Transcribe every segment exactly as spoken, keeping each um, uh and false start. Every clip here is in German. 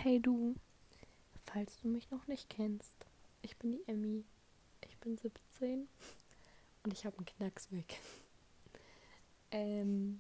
Hey du, falls du mich noch nicht kennst, ich bin die Emmy, ich bin siebzehn und ich habe einen Knacks weg. Ähm,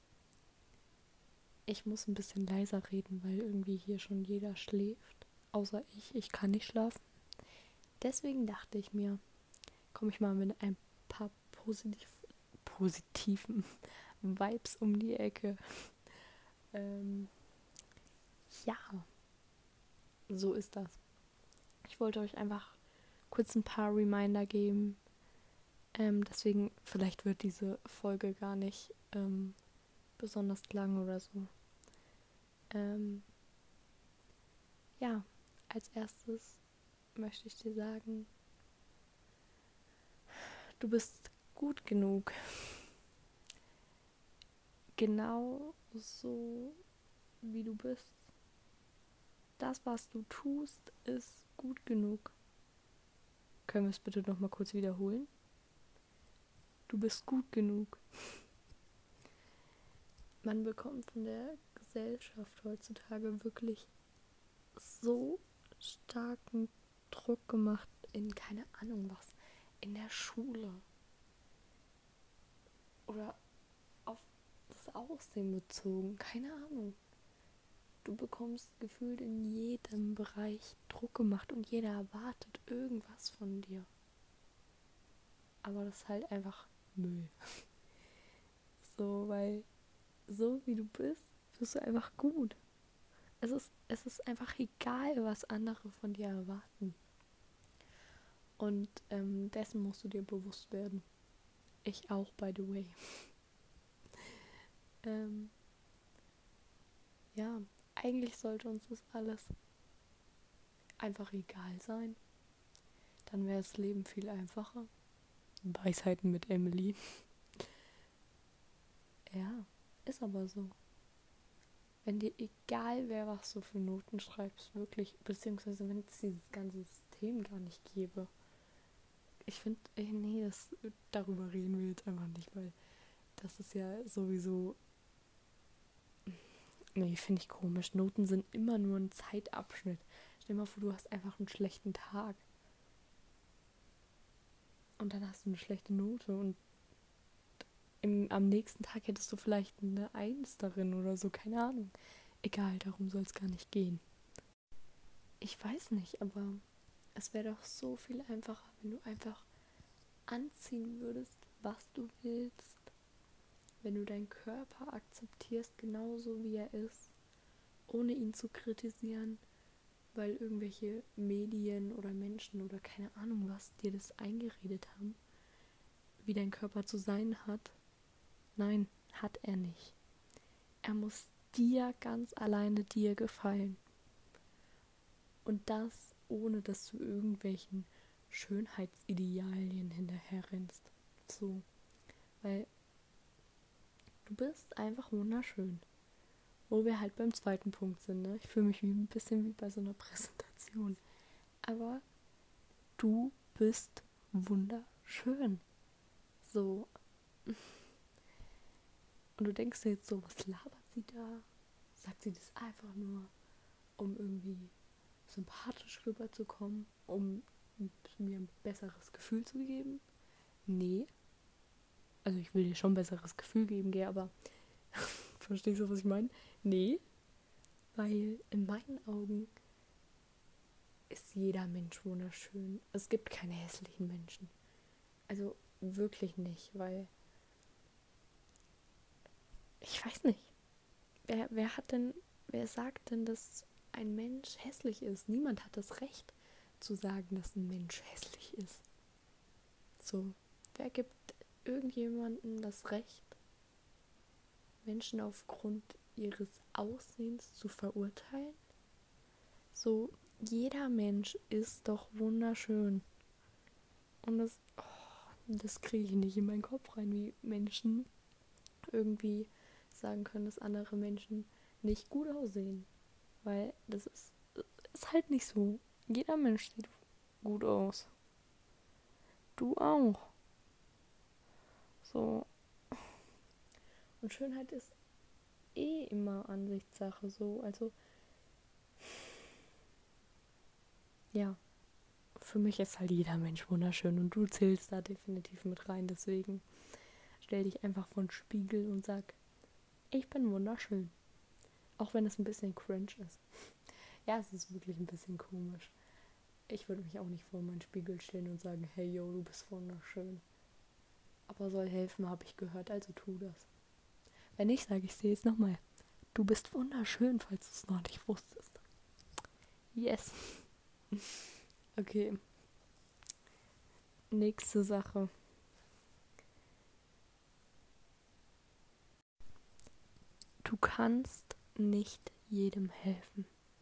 ich muss ein bisschen leiser reden, weil irgendwie hier schon jeder schläft, außer ich, ich kann nicht schlafen. Deswegen dachte ich mir, komme ich mal mit ein paar positiv, positiven Vibes um die Ecke. Ähm, ja, so ist das. Ich wollte euch einfach kurz ein paar Reminder geben. Ähm, deswegen, vielleicht wird diese Folge gar nicht ähm, besonders lang oder so. Ähm, ja, als erstes möchte ich dir sagen, du bist gut genug. Genau so, wie du bist. Das, was du tust, ist gut genug. Können wir es bitte nochmal kurz wiederholen? Du bist gut genug. Man bekommt von der Gesellschaft heutzutage wirklich so starken Druck gemacht in keine Ahnung was, in der Schule oder auf das Aussehen bezogen, keine Ahnung. Du bekommst gefühlt in jedem Bereich Druck gemacht und jeder erwartet irgendwas von dir. Aber das ist halt einfach Müll. So, weil so wie du bist, bist du einfach gut. Es ist, es ist einfach egal, was andere von dir erwarten. Und ähm, dessen musst du dir bewusst werden. Ich auch, by the way. Ähm, ja, eigentlich sollte uns das alles einfach egal sein. Dann wäre das Leben viel einfacher. Weisheiten mit Emily. Ja, ist aber so. Wenn dir egal wäre, was du für Noten schreibst, wirklich, beziehungsweise wenn es dieses ganze System gar nicht gäbe. Ich finde, nee, das, darüber reden wir jetzt einfach nicht, weil das ist ja sowieso, nee, finde ich komisch. Noten sind immer nur ein Zeitabschnitt. Stell dir mal vor, du hast einfach einen schlechten Tag. Und dann hast du eine schlechte Note und im, am nächsten Tag hättest du vielleicht eine Eins darin oder so, keine Ahnung. Egal, darum soll es gar nicht gehen. Ich weiß nicht, aber es wäre doch so viel einfacher, wenn du einfach anziehen würdest, was du willst. Wenn du deinen Körper akzeptierst, genauso wie er ist, ohne ihn zu kritisieren, weil irgendwelche Medien oder Menschen oder keine Ahnung was dir das eingeredet haben, wie dein Körper zu sein hat. Nein, hat er nicht. Er muss dir ganz alleine dir gefallen. Und das ohne, dass du irgendwelchen Schönheitsidealien hinterherrennst. So. Weil du bist einfach wunderschön. Wo wir halt beim zweiten Punkt sind, ne? Ich fühle mich wie ein bisschen wie bei so einer Präsentation. Aber du bist wunderschön. So. Und du denkst dir jetzt so, was labert sie da? Sagt sie das einfach nur, um irgendwie sympathisch rüberzukommen, um mir ein besseres Gefühl zu geben? Nee. Also ich will dir schon ein besseres Gefühl geben, gell, aber verstehst du, was ich meine? Nee. Weil in meinen Augen ist jeder Mensch wunderschön. Es gibt keine hässlichen Menschen. Also wirklich nicht, weil ich weiß nicht. Wer, wer hat denn, wer sagt denn, dass ein Mensch hässlich ist? Niemand hat das Recht zu sagen, dass ein Mensch hässlich ist. So, wer gibt irgendjemandem das Recht, Menschen aufgrund ihres Aussehens zu verurteilen? So, jeder Mensch ist doch wunderschön. Und das, oh, das kriege ich nicht in meinen Kopf rein, wie Menschen irgendwie sagen können, dass andere Menschen nicht gut aussehen. Weil das ist, ist halt nicht so. Jeder Mensch sieht gut aus. Du auch. So. Und Schönheit ist eh immer Ansichtssache so. Also ja, für mich ist halt jeder Mensch wunderschön und du zählst da definitiv mit rein. Deswegen stell dich einfach vor den Spiegel und sag, ich bin wunderschön. Auch wenn es ein bisschen cringe ist. Ja, es ist wirklich ein bisschen komisch. Ich würde mich auch nicht vor meinen Spiegel stellen und sagen, hey yo, du bist wunderschön. Aber soll helfen, habe ich gehört, also tu das. Wenn nicht, sage ich es dir jetzt nochmal. Du bist wunderschön, falls du es noch nicht wusstest. Yes. Okay. Nächste Sache. Du kannst nicht jedem helfen.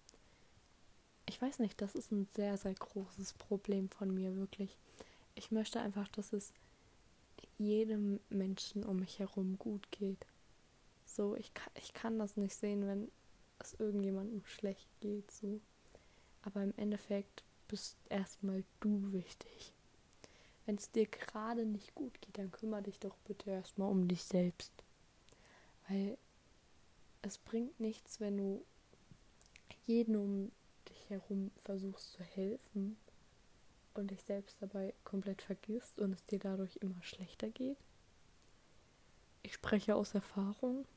Ich weiß nicht, das ist ein sehr, sehr großes Problem von mir, wirklich. Ich möchte einfach, dass es jedem Menschen um mich herum gut geht. So, ich kann, ich kann das nicht sehen, wenn es irgendjemandem schlecht geht, so. Aber im Endeffekt bist erstmal du wichtig. Wenn es dir gerade nicht gut geht, dann kümmere dich doch bitte erstmal um dich selbst. Weil es bringt nichts, wenn du jeden um dich herum versuchst zu helfen und dich selbst dabei komplett vergisst und es dir dadurch immer schlechter geht. Ich spreche aus Erfahrung.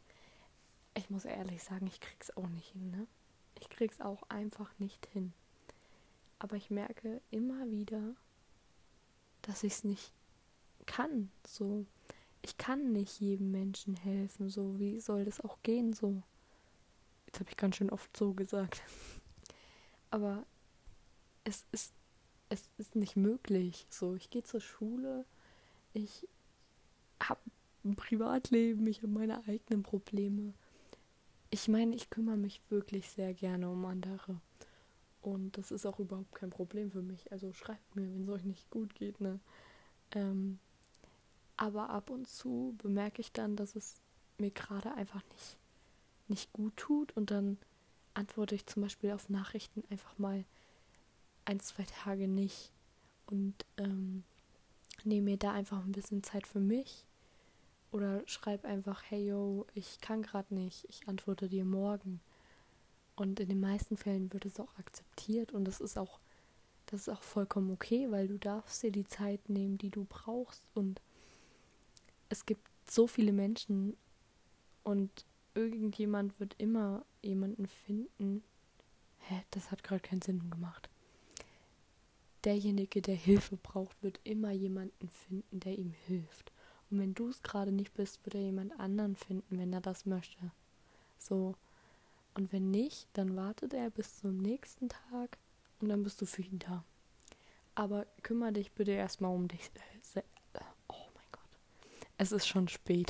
Ich muss ehrlich sagen, ich krieg's auch nicht hin, ne? Ich krieg's auch einfach nicht hin. Aber ich merke immer wieder, dass ich es nicht kann. So, ich kann nicht jedem Menschen helfen. So, wie soll das auch gehen? So, jetzt habe ich ganz schön oft so gesagt. Aber es ist, es ist nicht möglich. So, ich gehe zur Schule, ich habe ein Privatleben, ich habe meine eigenen Probleme. Ich meine, ich kümmere mich wirklich sehr gerne um andere. Und das ist auch überhaupt kein Problem für mich. Also schreibt mir, wenn es euch nicht gut geht, ne? Ähm, aber ab und zu bemerke ich dann, dass es mir gerade einfach nicht, nicht gut tut. Und dann antworte ich zum Beispiel auf Nachrichten einfach mal ein, zwei Tage nicht. Und ähm, nehme mir da einfach ein bisschen Zeit für mich. Oder schreibe einfach, hey yo, ich kann gerade nicht, ich antworte dir morgen. Und in den meisten Fällen wird es auch akzeptiert und das ist auch, das ist auch vollkommen okay, weil du darfst dir die Zeit nehmen, die du brauchst. Und es gibt so viele Menschen und irgendjemand wird immer jemanden finden. Hä, das hat gerade keinen Sinn gemacht. Derjenige, der Hilfe braucht, wird immer jemanden finden, der ihm hilft. Und wenn du es gerade nicht bist, wird er jemand anderen finden, wenn er das möchte. So. Und wenn nicht, dann wartet er bis zum nächsten Tag und dann bist du für ihn da. Aber kümmere dich bitte erstmal um dich selbst. Oh mein Gott. Es ist schon spät.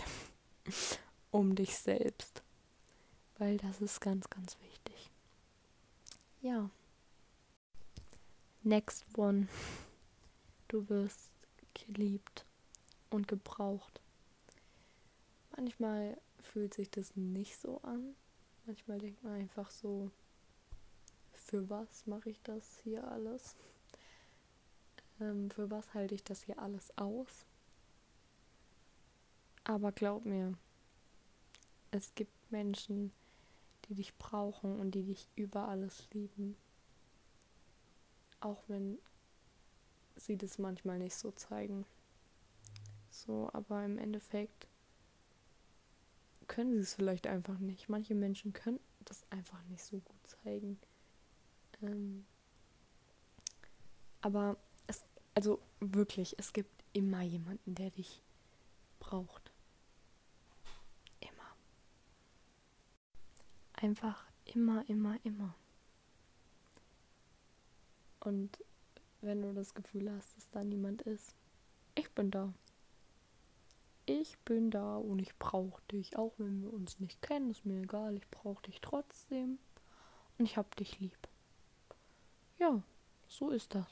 Um dich selbst. Weil das ist ganz, ganz wichtig. Ja. Next one. Du wirst geliebt und gebraucht. Manchmal fühlt sich das nicht so an. Manchmal denkt man einfach so, für was mache ich das hier alles? Ähm, für was halte ich das hier alles aus? Aber glaub mir, es gibt Menschen, die dich brauchen und die dich über alles lieben. Auch wenn sie das manchmal nicht so zeigen. So, aber im Endeffekt können sie es vielleicht einfach nicht. Manche Menschen können das einfach nicht so gut zeigen. Ähm, aber es, also wirklich, es gibt immer jemanden, der dich braucht. Immer. Einfach immer, immer, immer. Und wenn du das Gefühl hast, dass da niemand ist, ich bin da. Ich bin da und ich brauche dich. Auch wenn wir uns nicht kennen, ist mir egal. Ich brauche dich trotzdem. Und ich hab dich lieb. Ja, so ist das.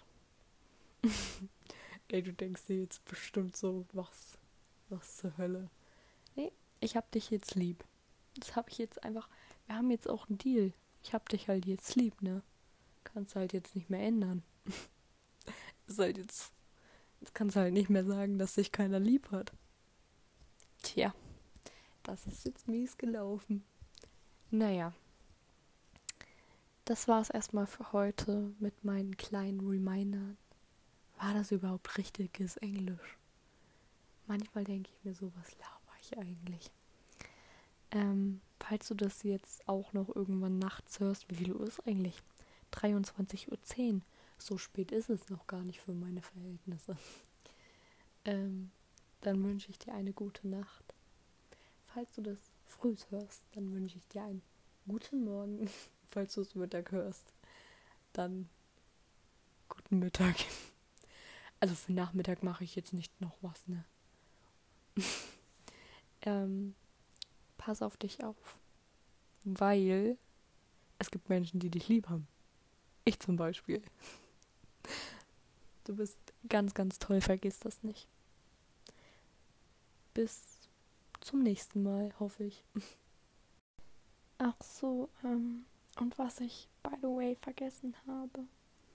Ey, du denkst dir jetzt bestimmt so, was, was zur Hölle. Nee, ich hab dich jetzt lieb. Das hab ich jetzt einfach, wir haben jetzt auch einen Deal. Ich hab dich halt jetzt lieb, ne? Kannst halt jetzt nicht mehr ändern. Ist halt jetzt, jetzt kannst du halt nicht mehr sagen, dass sich keiner lieb hat. Tja, das ist jetzt mies gelaufen. Naja, das war es erstmal für heute mit meinen kleinen Remindern. War das überhaupt richtiges Englisch? Manchmal denke ich mir so, was laber ich eigentlich? Ähm, falls du das jetzt auch noch irgendwann nachts hörst, wie viel Uhr ist eigentlich? dreiundzwanzig Uhr zehn. So spät ist es noch gar nicht für meine Verhältnisse. ähm, dann wünsche ich dir eine gute Nacht. Falls du das früh hörst, dann wünsche ich dir einen guten Morgen. Falls du es Mittag hörst, dann guten Mittag. Also für Nachmittag mache ich jetzt nicht noch was, ne? ähm, pass auf dich auf. Weil es gibt Menschen, die dich lieb haben. Ich zum Beispiel. Du bist ganz, ganz toll, vergiss das nicht. Bis zum nächsten Mal, hoffe ich. Ach so, ähm, und was ich, by the way, vergessen habe.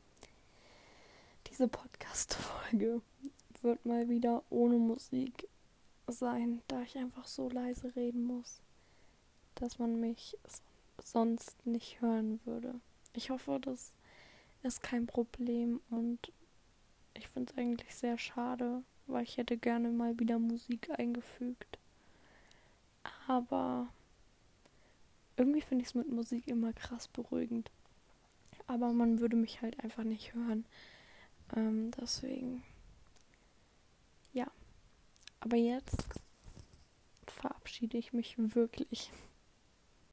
Diese Podcast-Folge wird mal wieder ohne Musik sein, da ich einfach so leise reden muss, dass man mich sonst nicht hören würde. Ich hoffe, das ist kein Problem und ich finde es eigentlich sehr schade, weil ich hätte gerne mal wieder Musik eingefügt. Aber irgendwie finde ich es mit Musik immer krass beruhigend. Aber man würde mich halt einfach nicht hören. Ähm, deswegen, ja. Aber jetzt verabschiede ich mich wirklich.